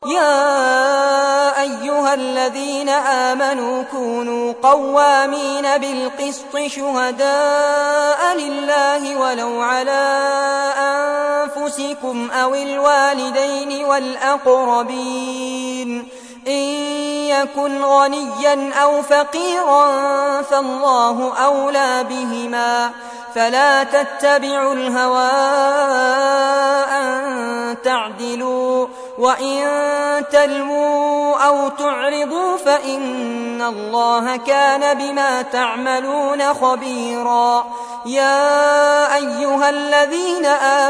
يا أيها الذين آمنوا كونوا قوامين بالقسط شهداء لله ولو على أنفسكم أو الوالدين والأقربين إن يكن غنيا أو فقيرا فالله أولى بهما فلا تتبعوا الهوى أن تعدلوا وإن تلووا أو تعرضوا فإن الله كان بما تعملون خبيرا يا أيها الذين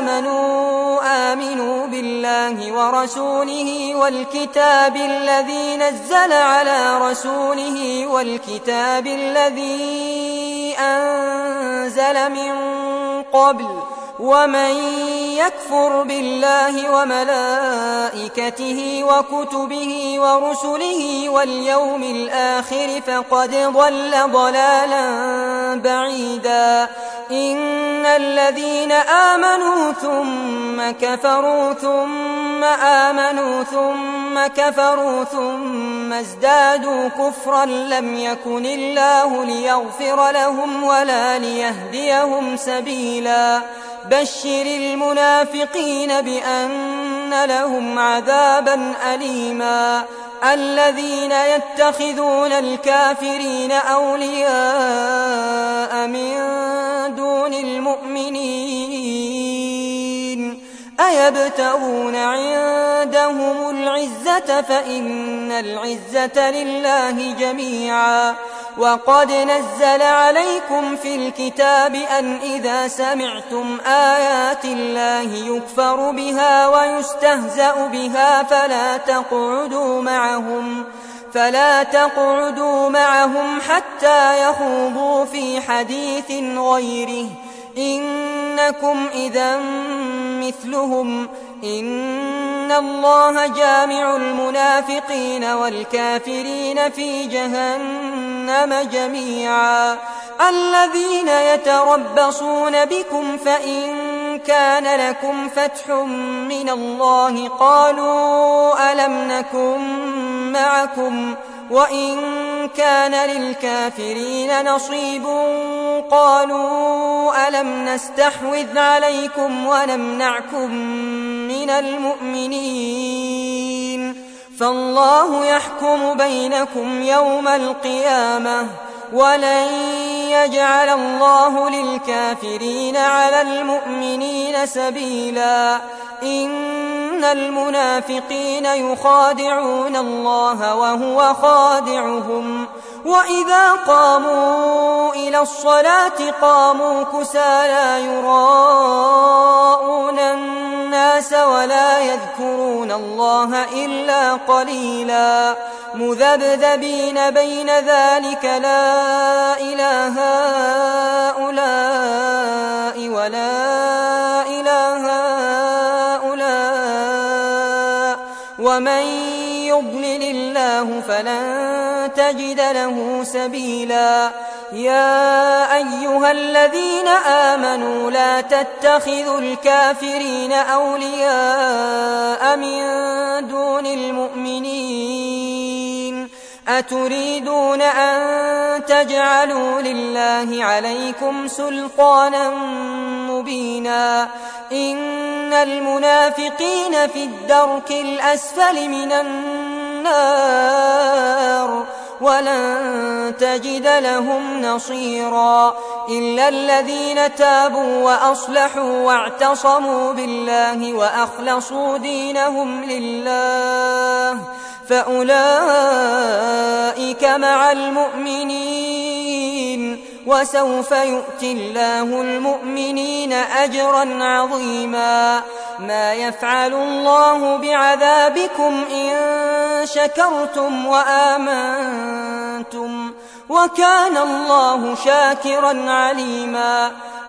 آمنوا بالله ورسوله والكتاب الذي نزل على رسوله والكتاب الذي أنزل من قبل ومن يكفر بالله وملائكته وكتبه ورسله واليوم الآخر فقد ضل ضلالا بعيدا إن الذين آمنوا ثم كفروا ثم آمنوا ثم كفروا ثم ازدادوا كفرا لم يكن الله ليغفر لهم ولا ليهديهم سبيلا بشر المنافقين بأن لهم عذابا أليما الذين يتخذون الكافرين أولياء من دون المؤمنين أيبتغون عندهم العزة فإن العزة لله جميعا وقد نزل عليكم في الكتاب أن إذا سمعتم آيات الله يكفر بها ويستهزأ بها فلا تقعدوا معهم حتى يخوضوا في حديث غيره إنكم إذا مثلهم إن الله جامع المنافقين والكافرين في جهنم جميعا الذين يتربصون بكم فإن كان لكم فتح من الله قالوا ألم نكن معكم وإن كان للكافرين نصيب قالوا ألم نستحوذ عليكم ونمنعكم من المؤمنين فالله يحكم بينكم يوم القيامة ولن يجعل الله للكافرين على المؤمنين سبيلا إن المنافقين يخادعون الله وهو خادعهم وإذا قاموا إلى الصلاة قاموا كسالى يراءون الناس ولا يذكرون الله إلا قليلا مذبذبين بين ذلك لا إله هؤلاء ولا إله هؤلاء ومن يضلل الله فلن تجد له سبيلا يا أيها الذين آمنوا لا تتخذوا الكافرين أولياء من دون المؤمنين أتريدون أن تجعلوا لله عليكم سلطانا مبينا إن المنافقين في الدرك الأسفل من النار ولن تجد لهم نصيرا إلا الذين تابوا وأصلحوا واعتصموا بالله وأخلصوا دينهم لله فأولئك مع المؤمنين وسوف يؤتي الله المؤمنين أجرا عظيما ما يفعل الله بعذابكم إن شكرتم وآمنتم وكان الله شاكرا عليما